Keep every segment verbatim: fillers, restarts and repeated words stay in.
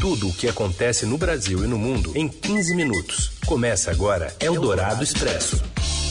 Tudo o que acontece no Brasil e no mundo em quinze minutos. Começa agora Eldorado Expresso.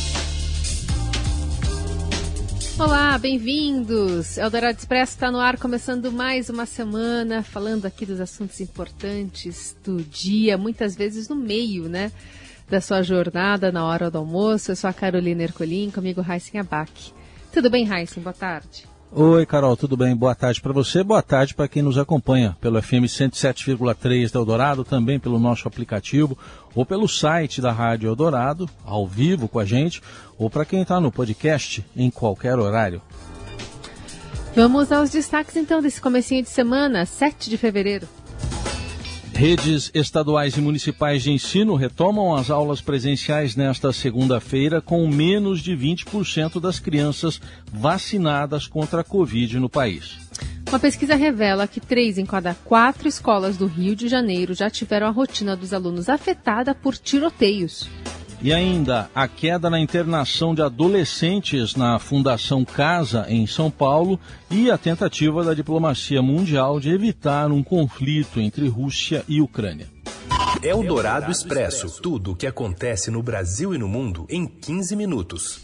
Olá, bem-vindos! Eldorado Expresso está no ar, começando mais uma semana, falando aqui dos assuntos importantes do dia, muitas vezes no meio, né, da sua jornada, na hora do almoço. Eu sou a Carolina Ercolim, comigo Raíssen Abac. Tudo bem, Raíssen? Boa tarde. Oi, Carol, tudo bem? Boa tarde para você, boa tarde para quem nos acompanha pelo F M cento e sete vírgula três da Eldorado, também pelo nosso aplicativo ou pelo site da Rádio Eldorado, ao vivo com a gente, ou para quem está no podcast em qualquer horário. Vamos aos destaques então desse comecinho de semana, sete de fevereiro. Redes estaduais e municipais de ensino retomam as aulas presenciais nesta segunda-feira com menos de vinte por cento das crianças vacinadas contra a Covid no país. Uma pesquisa revela que três em cada quatro escolas do Rio de Janeiro já tiveram a rotina dos alunos afetada por tiroteios. E ainda a queda na internação de adolescentes na Fundação Casa, em São Paulo, e a tentativa da diplomacia mundial de evitar um conflito entre Rússia e Ucrânia. Eldorado Expresso. Tudo o que acontece no Brasil e no mundo em quinze minutos.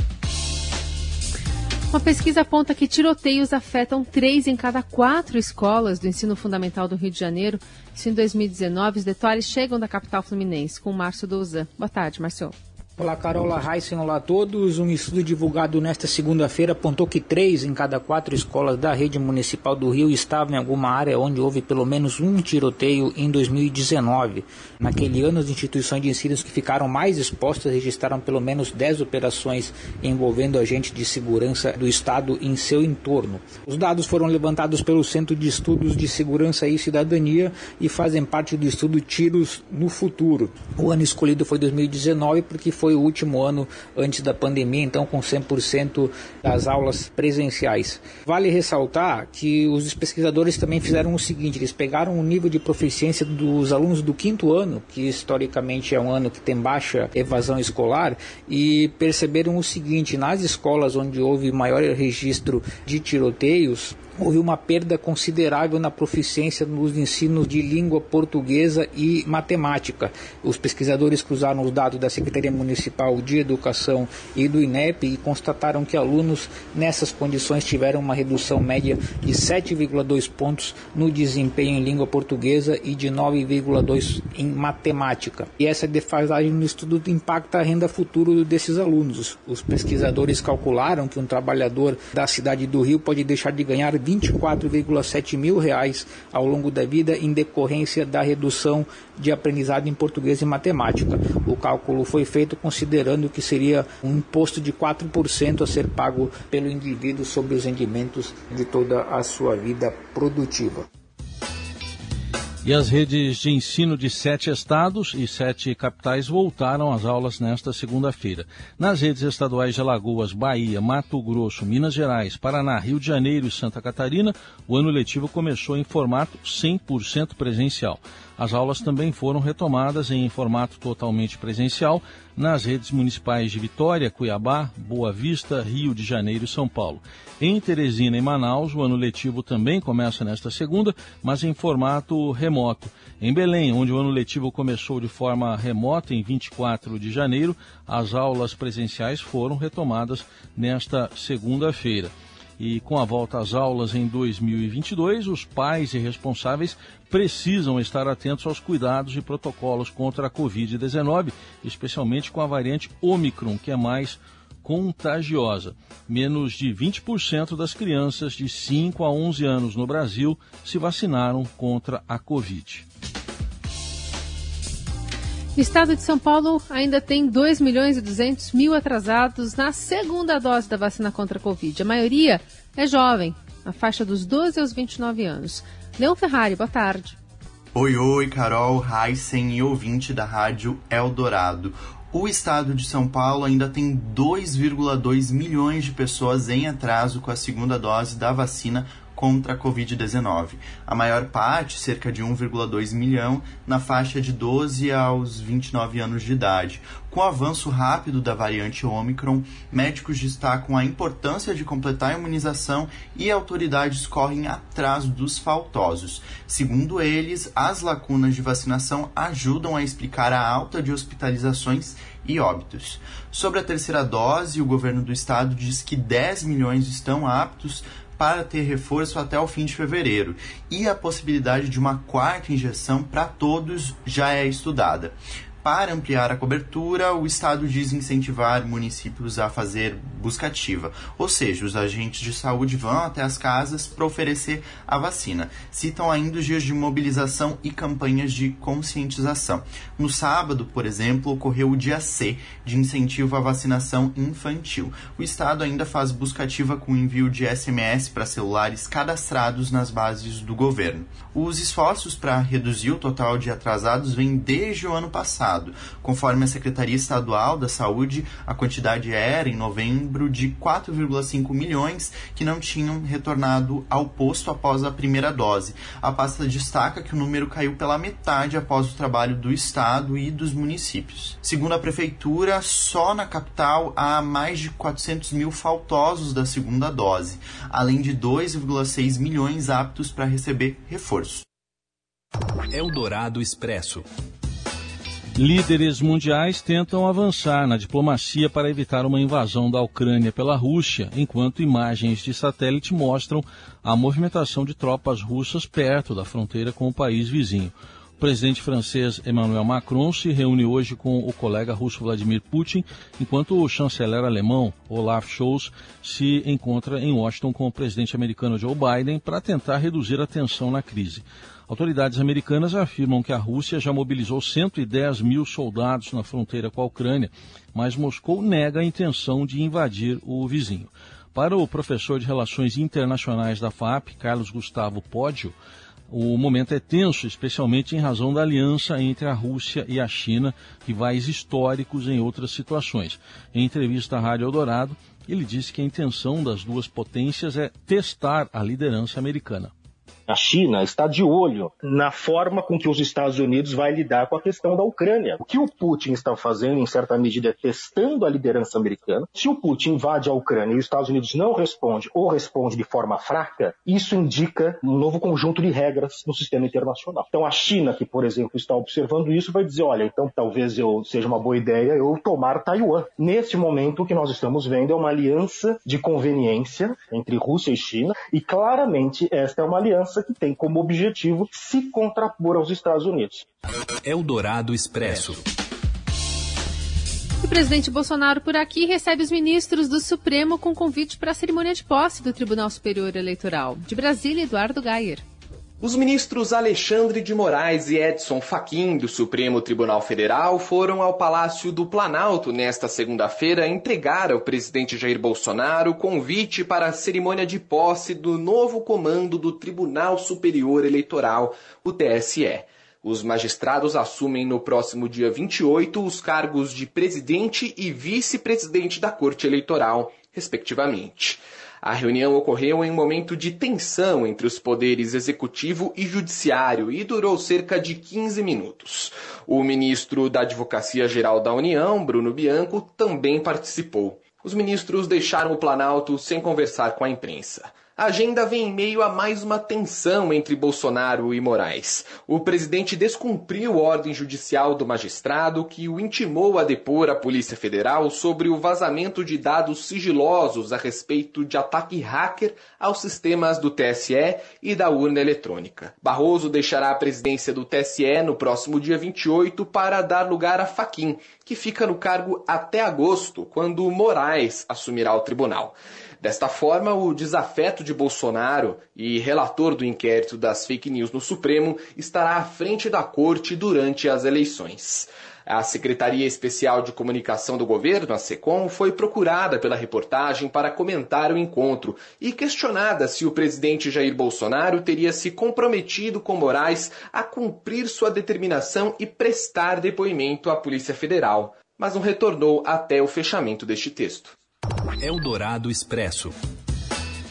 Uma pesquisa aponta que tiroteios afetam três em cada quatro escolas do ensino fundamental do Rio de Janeiro. Isso em dois mil e dezenove. Os detalhes chegam da capital fluminense, com o Márcio Douzan. Boa tarde, Márcio. Olá, Carol, olá, Raíssen, olá a todos. Um estudo divulgado nesta segunda-feira apontou que três em cada quatro escolas da rede municipal do Rio estavam em alguma área onde houve pelo menos um tiroteio em dois mil e dezenove. Naquele ano, as instituições de ensino que ficaram mais expostas registraram pelo menos dez operações envolvendo agentes de segurança do Estado em seu entorno. Os dados foram levantados pelo Centro de Estudos de Segurança e Cidadania e fazem parte do estudo Tiros no Futuro. O ano escolhido foi dois mil e dezenove porque foi Foi o último ano antes da pandemia, então com cem por cento das aulas presenciais. Vale ressaltar que os pesquisadores também fizeram o seguinte: eles pegaram o nível de proficiência dos alunos do quinto ano, que historicamente é um ano que tem baixa evasão escolar, e perceberam o seguinte: nas escolas onde houve maior registro de tiroteios, houve uma perda considerável na proficiência nos ensinos de língua portuguesa e matemática. Os pesquisadores cruzaram os dados da Secretaria Municipal de Educação e do INEP e constataram que alunos nessas condições tiveram uma redução média de sete vírgula dois pontos no desempenho em língua portuguesa e de nove vírgula dois em matemática. E essa defasagem no estudo impacta a renda futura desses alunos. Os pesquisadores calcularam que um trabalhador da cidade do Rio pode deixar de ganhar vinte e quatro vírgula sete mil reais ao longo da vida em decorrência da redução de aprendizado em português e matemática. O cálculo foi feito considerando que seria um imposto de quatro por cento a ser pago pelo indivíduo sobre os rendimentos de toda a sua vida produtiva. E as redes de ensino de sete estados e sete capitais voltaram às aulas nesta segunda-feira. Nas redes estaduais de Alagoas, Bahia, Mato Grosso, Minas Gerais, Paraná, Rio de Janeiro e Santa Catarina, o ano letivo começou em formato cem por cento presencial. As aulas também foram retomadas em formato totalmente presencial nas redes municipais de Vitória, Cuiabá, Boa Vista, Rio de Janeiro e São Paulo. Em Teresina e Manaus, o ano letivo também começa nesta segunda, mas em formato remoto. Em Belém, onde o ano letivo começou de forma remota em vinte e quatro de janeiro, as aulas presenciais foram retomadas nesta segunda-feira. E com a volta às aulas em dois mil e vinte e dois, os pais e responsáveis precisam estar atentos aos cuidados e protocolos contra a covid dezenove, especialmente com a variante Ômicron, que é mais contagiosa. Menos de vinte por cento das crianças de cinco a onze anos no Brasil se vacinaram contra a Covid. O estado de São Paulo ainda tem dois milhões e duzentos mil atrasados na segunda dose da vacina contra a Covid. A maioria é jovem, na faixa dos doze aos vinte e nove anos. Leon Ferrari, boa tarde. Oi, oi, Carol, Raíssen e ouvinte da Rádio Eldorado. O estado de São Paulo ainda tem dois vírgula dois milhões de pessoas em atraso com a segunda dose da vacina contra a covid dezenove. A maior parte, cerca de um vírgula dois milhão, na faixa de doze aos vinte e nove anos de idade. Com o avanço rápido da variante Ômicron, médicos destacam a importância de completar a imunização e autoridades correm atrás dos faltosos. Segundo eles, as lacunas de vacinação ajudam a explicar a alta de hospitalizações e óbitos. Sobre a terceira dose, o governo do estado diz que dez milhões estão aptos para ter reforço até o fim de fevereiro, e a possibilidade de uma quarta injeção para todos já é estudada. Para ampliar a cobertura, o Estado diz incentivar municípios a fazer busca ativa, ou seja, os agentes de saúde vão até as casas para oferecer a vacina. Citam ainda os dias de mobilização e campanhas de conscientização. No sábado, por exemplo, ocorreu o dia C, de incentivo à vacinação infantil. O Estado ainda faz busca ativa com envio de S M S para celulares cadastrados nas bases do governo. Os esforços para reduzir o total de atrasados vêm desde o ano passado. Conforme a Secretaria Estadual da Saúde, a quantidade era, em novembro, de quatro vírgula cinco milhões que não tinham retornado ao posto após a primeira dose. A pasta destaca que o número caiu pela metade após o trabalho do Estado e dos municípios. Segundo a Prefeitura, só na capital há mais de quatrocentos mil faltosos da segunda dose, além de dois vírgula seis milhões aptos para receber reforço. Eldorado Expresso. Líderes mundiais tentam avançar na diplomacia para evitar uma invasão da Ucrânia pela Rússia, enquanto imagens de satélite mostram a movimentação de tropas russas perto da fronteira com o país vizinho. O presidente francês Emmanuel Macron se reúne hoje com o colega russo Vladimir Putin, enquanto o chanceler alemão Olaf Scholz se encontra em Washington com o presidente americano Joe Biden para tentar reduzir a tensão na crise. Autoridades americanas afirmam que a Rússia já mobilizou cento e dez mil soldados na fronteira com a Ucrânia, mas Moscou nega a intenção de invadir o vizinho. Para o professor de Relações Internacionais da F A P, Carlos Gustavo Poggio, o momento é tenso, especialmente em razão da aliança entre a Rússia e a China, rivais históricos em outras situações. Em entrevista à Rádio Eldorado, ele disse que a intenção das duas potências é testar a liderança americana. A China está de olho na forma com que os Estados Unidos vai lidar com a questão da Ucrânia. O que o Putin está fazendo, em certa medida, é testando a liderança americana. Se o Putin invade a Ucrânia e os Estados Unidos não responde ou responde de forma fraca, isso indica um novo conjunto de regras no sistema internacional. Então a China, que, por exemplo, está observando isso, vai dizer, olha, então talvez eu, seja uma boa ideia eu tomar Taiwan. Nesse momento, o que nós estamos vendo é uma aliança de conveniência entre Rússia e China, e claramente esta é uma aliança que tem como objetivo se contrapor aos Estados Unidos. Eldorado Expresso. O presidente Bolsonaro, por aqui, recebe os ministros do Supremo com convite para a cerimônia de posse do Tribunal Superior Eleitoral. De Brasília, Eduardo Gayer. Os ministros Alexandre de Moraes e Edson Fachin, do Supremo Tribunal Federal, foram ao Palácio do Planalto nesta segunda-feira entregar ao presidente Jair Bolsonaro convite para a cerimônia de posse do novo comando do Tribunal Superior Eleitoral, o T S E. Os magistrados assumem no próximo dia vinte e oito os cargos de presidente e vice-presidente da Corte Eleitoral, respectivamente. A reunião ocorreu em um momento de tensão entre os poderes executivo e judiciário e durou cerca de quinze minutos. O ministro da Advocacia Geral da União, Bruno Bianco, também participou. Os ministros deixaram o Planalto sem conversar com a imprensa. A agenda vem em meio a mais uma tensão entre Bolsonaro e Moraes. O presidente descumpriu ordem judicial do magistrado que o intimou a depor a Polícia Federal sobre o vazamento de dados sigilosos a respeito de ataque hacker aos sistemas do T S E e da urna eletrônica. Barroso deixará a presidência do T S E no próximo dia vinte e oito para dar lugar a Fachin, que fica no cargo até agosto, quando Moraes assumirá o tribunal. Desta forma, o desafeto de Bolsonaro e relator do inquérito das fake news no Supremo estará à frente da corte durante as eleições. A Secretaria Especial de Comunicação do Governo, a SECOM, foi procurada pela reportagem para comentar o encontro e questionada se o presidente Jair Bolsonaro teria se comprometido com Moraes a cumprir sua determinação e prestar depoimento à Polícia Federal, mas não retornou até o fechamento deste texto. Eldorado Expresso.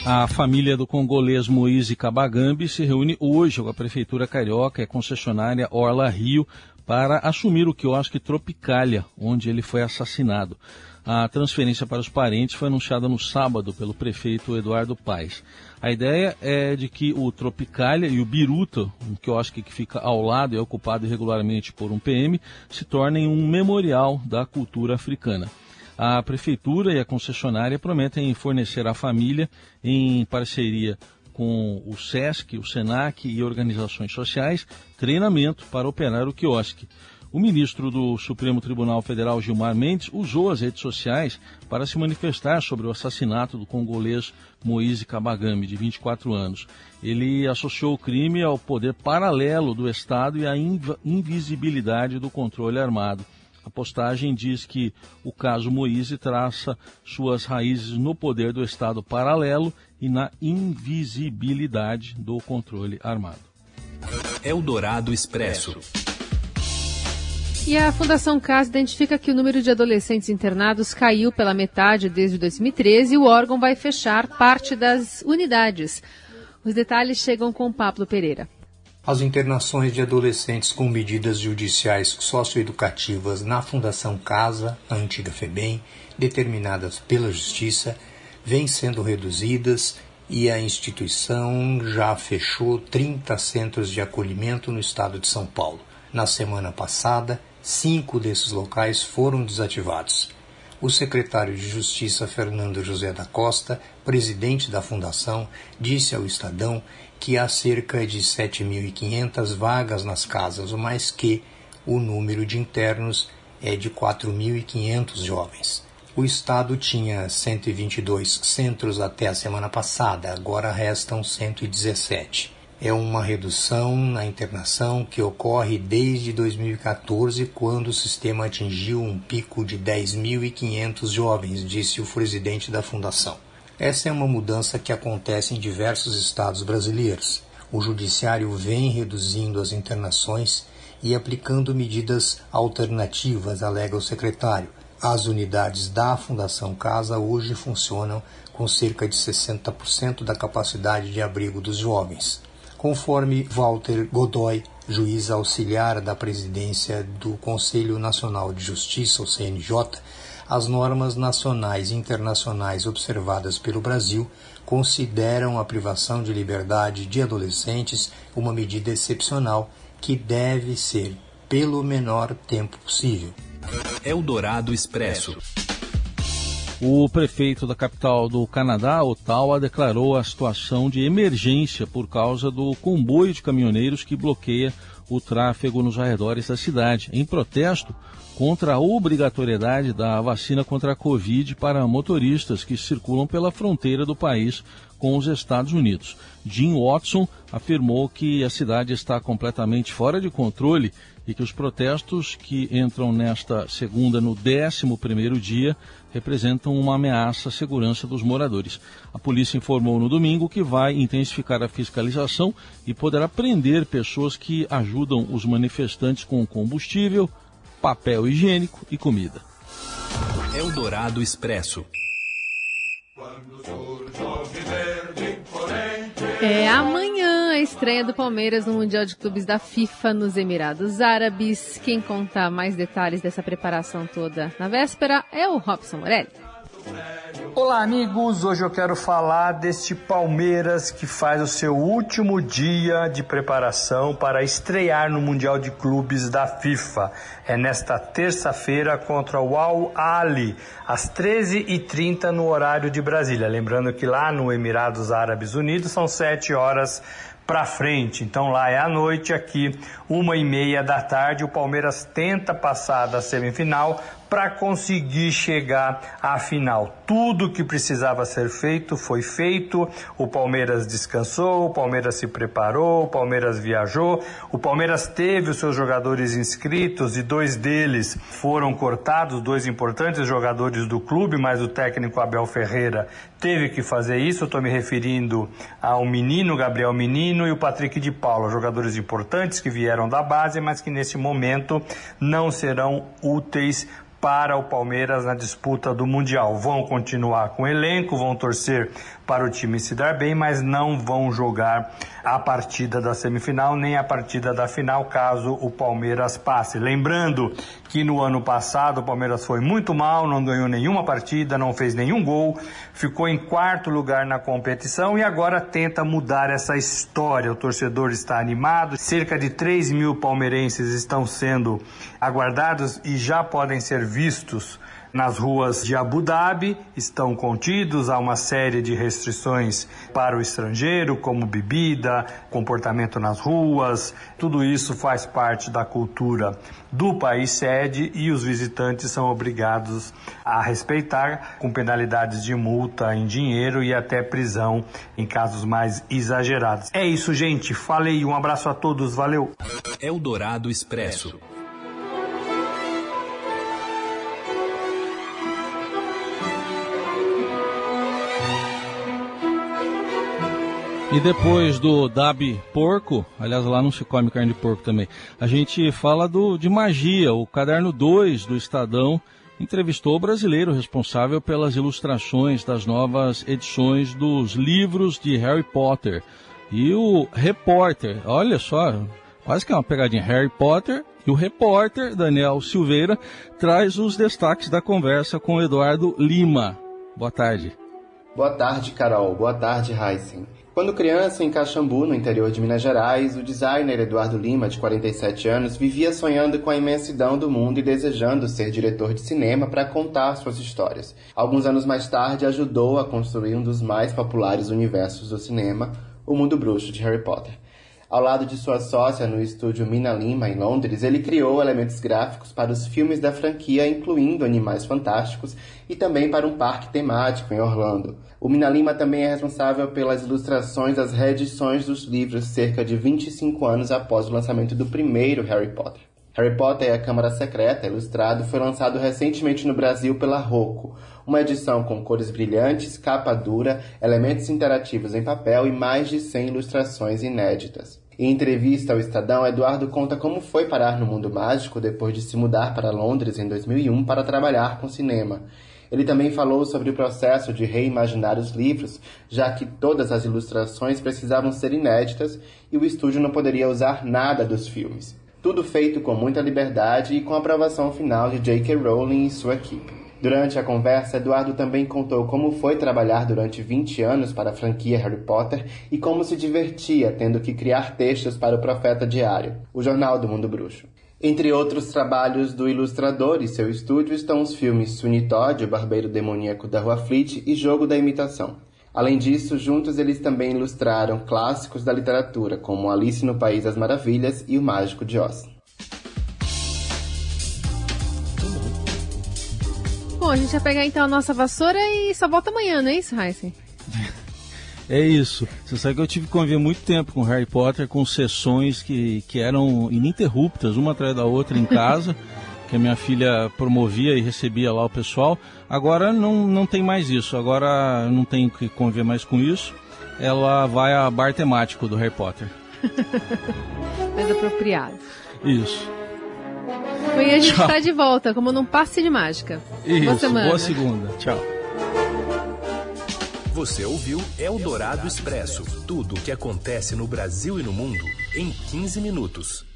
A família do congolês Moise Kabagambe se reúne hoje com a Prefeitura Carioca e a concessionária Orla Rio para assumir o quiosque Tropicália, onde ele foi assassinado. A transferência para os parentes foi anunciada no sábado pelo prefeito Eduardo Paes. A ideia é de que o Tropicália e o Biruta, um quiosque que fica ao lado e é ocupado irregularmente por um P M, se tornem um memorial da cultura africana. A Prefeitura e a concessionária prometem fornecer à família, em parceria com o SESC, o SENAC e organizações sociais, treinamento para operar o quiosque. O ministro do Supremo Tribunal Federal, Gilmar Mendes, usou as redes sociais para se manifestar sobre o assassinato do congolês Moise Kabagambe, de vinte e quatro anos. Ele associou o crime ao poder paralelo do Estado e à inv- invisibilidade do controle armado. A postagem diz que o caso Moise traça suas raízes no poder do Estado paralelo e na invisibilidade do controle armado. Eldorado Expresso. E a Fundação Casa identifica que o número de adolescentes internados caiu pela metade desde dois mil e treze e o órgão vai fechar parte das unidades. Os detalhes chegam com Pablo Pereira. As internações de adolescentes com medidas judiciais socioeducativas na Fundação Casa, a antiga FEBEM, determinadas pela Justiça, vêm sendo reduzidas e a instituição já fechou trinta centros de acolhimento no estado de São Paulo. Na semana passada, cinco desses locais foram desativados. O secretário de Justiça, Fernando José da Costa, presidente da Fundação, disse ao Estadão que há cerca de sete mil e quinhentas vagas nas casas, mas que o número de internos é de quatro mil e quinhentos jovens. O Estado tinha cento e vinte e dois centros até a semana passada, agora restam cento e dezessete. É uma redução na internação que ocorre desde dois mil e quatorze, quando o sistema atingiu um pico de dez mil e quinhentos jovens, disse o presidente da Fundação. Essa é uma mudança que acontece em diversos estados brasileiros. O judiciário vem reduzindo as internações e aplicando medidas alternativas, alega o secretário. As unidades da Fundação Casa hoje funcionam com cerca de sessenta por cento da capacidade de abrigo dos jovens. Conforme Walter Godoy, juiz auxiliar da presidência do Conselho Nacional de Justiça, o C N J, as normas nacionais e internacionais observadas pelo Brasil consideram a privação de liberdade de adolescentes uma medida excepcional que deve ser pelo menor tempo possível. Eldorado Expresso. O prefeito da capital do Canadá, Ottawa, declarou a situação de emergência por causa do comboio de caminhoneiros que bloqueia o tráfego nos arredores da cidade, em protesto contra a obrigatoriedade da vacina contra a Covid para motoristas que circulam pela fronteira do país com os Estados Unidos. Jim Watson afirmou que a cidade está completamente fora de controle e que os protestos, que entram nesta segunda no décimo primeiro dia, representam uma ameaça à segurança dos moradores. A polícia informou no domingo que vai intensificar a fiscalização e poderá prender pessoas que ajudam os manifestantes com combustível, papel higiênico e comida. Eldorado Expresso. É amanhã a estreia do Palmeiras no Mundial de Clubes da FIFA nos Emirados Árabes. Quem conta mais detalhes dessa preparação toda na véspera é o Robson Morelli. Olá, amigos, hoje eu quero falar deste Palmeiras que faz o seu último dia de preparação para estrear no Mundial de Clubes da FIFA. É nesta terça-feira contra o Al Ahly, às treze e trinta no horário de Brasília. Lembrando que lá no Emirados Árabes Unidos são sete horas para frente, então lá é à noite, aqui uma e meia da tarde. O Palmeiras tenta passar da semifinal para conseguir chegar à final. Tudo que precisava ser feito foi feito. O Palmeiras descansou, o Palmeiras se preparou, o Palmeiras viajou, o Palmeiras teve os seus jogadores inscritos e dois deles foram cortados, dois importantes jogadores do clube, mas o técnico Abel Ferreira teve que fazer isso. Eu estou me referindo ao menino, Gabriel Menino, e o Patrick de Paula, jogadores importantes que vieram da base, mas que nesse momento não serão úteis para o Palmeiras na disputa do Mundial. Vão continuar com o elenco, vão torcer para o time se dar bem, mas não vão jogar a partida da semifinal nem a partida da final, caso o Palmeiras passe. Lembrando que no ano passado o Palmeiras foi muito mal, não ganhou nenhuma partida, não fez nenhum gol, ficou em quarto lugar na competição e agora tenta mudar essa história. O torcedor está animado, cerca de três mil palmeirenses estão sendo aguardados e já podem ser vistos nas ruas de Abu Dhabi, estão contidos, há uma série de restrições para o estrangeiro, como bebida, comportamento nas ruas, tudo isso faz parte da cultura do país sede e os visitantes são obrigados a respeitar, com penalidades de multa em dinheiro e até prisão em casos mais exagerados. É isso, gente, falei, um abraço a todos, valeu! Eldorado Expresso. E depois do Dabi Porco, aliás, lá não se come carne de porco também, a gente fala do, de magia. O Caderno dois do Estadão entrevistou o brasileiro responsável pelas ilustrações das novas edições dos livros de Harry Potter. E o repórter, olha só, quase que é uma pegadinha, Harry Potter, e o repórter Daniel Silveira traz os destaques da conversa com Eduardo Lima. Boa tarde. Boa tarde, Carol. Boa tarde, Heisen. Quando criança, em Caxambu, no interior de Minas Gerais, o designer Eduardo Lima, de quarenta e sete anos, vivia sonhando com a imensidão do mundo e desejando ser diretor de cinema para contar suas histórias. Alguns anos mais tarde, ajudou a construir um dos mais populares universos do cinema, o mundo bruxo de Harry Potter. Ao lado de sua sócia no estúdio Mina Lima, em Londres, ele criou elementos gráficos para os filmes da franquia, incluindo Animais Fantásticos, e também para um parque temático em Orlando. O Mina Lima também é responsável pelas ilustrações das reedições dos livros cerca de vinte e cinco anos após o lançamento do primeiro Harry Potter. Harry Potter e a Câmara Secreta, ilustrado, foi lançado recentemente no Brasil pela Rocco, uma edição com cores brilhantes, capa dura, elementos interativos em papel e mais de cem ilustrações inéditas. Em entrevista ao Estadão, Eduardo conta como foi parar no mundo mágico depois de se mudar para Londres em dois mil e um para trabalhar com cinema. Ele também falou sobre o processo de reimaginar os livros, já que todas as ilustrações precisavam ser inéditas e o estúdio não poderia usar nada dos filmes. Tudo feito com muita liberdade e com a aprovação final de J K Rowling e sua equipe. Durante a conversa, Eduardo também contou como foi trabalhar durante vinte anos para a franquia Harry Potter e como se divertia tendo que criar textos para o Profeta Diário, o jornal do mundo bruxo. Entre outros trabalhos do ilustrador e seu estúdio estão os filmes Sweeney Todd, o barbeiro demoníaco da Rua Fleet e Jogo da Imitação. Além disso, juntos eles também ilustraram clássicos da literatura, como Alice no País das Maravilhas e O Mágico de Oz. Bom, a gente vai pegar então a nossa vassoura e só volta amanhã, não é isso, Heisen? É isso. Você sabe que eu tive que conviver muito tempo com Harry Potter, com sessões que, que eram ininterruptas, uma atrás da outra em casa, que a minha filha promovia e recebia lá o pessoal. Agora não, não tem mais isso, agora não tenho que conviver mais com isso. Ela vai a bar temático do Harry Potter. Mais apropriado. Isso. Amanhã a gente está de volta, como num passe de mágica. Isso, boa semana. Boa segunda. Tchau. Você ouviu Eldorado Expresso. Tudo o que acontece no Brasil e no mundo em quinze minutos.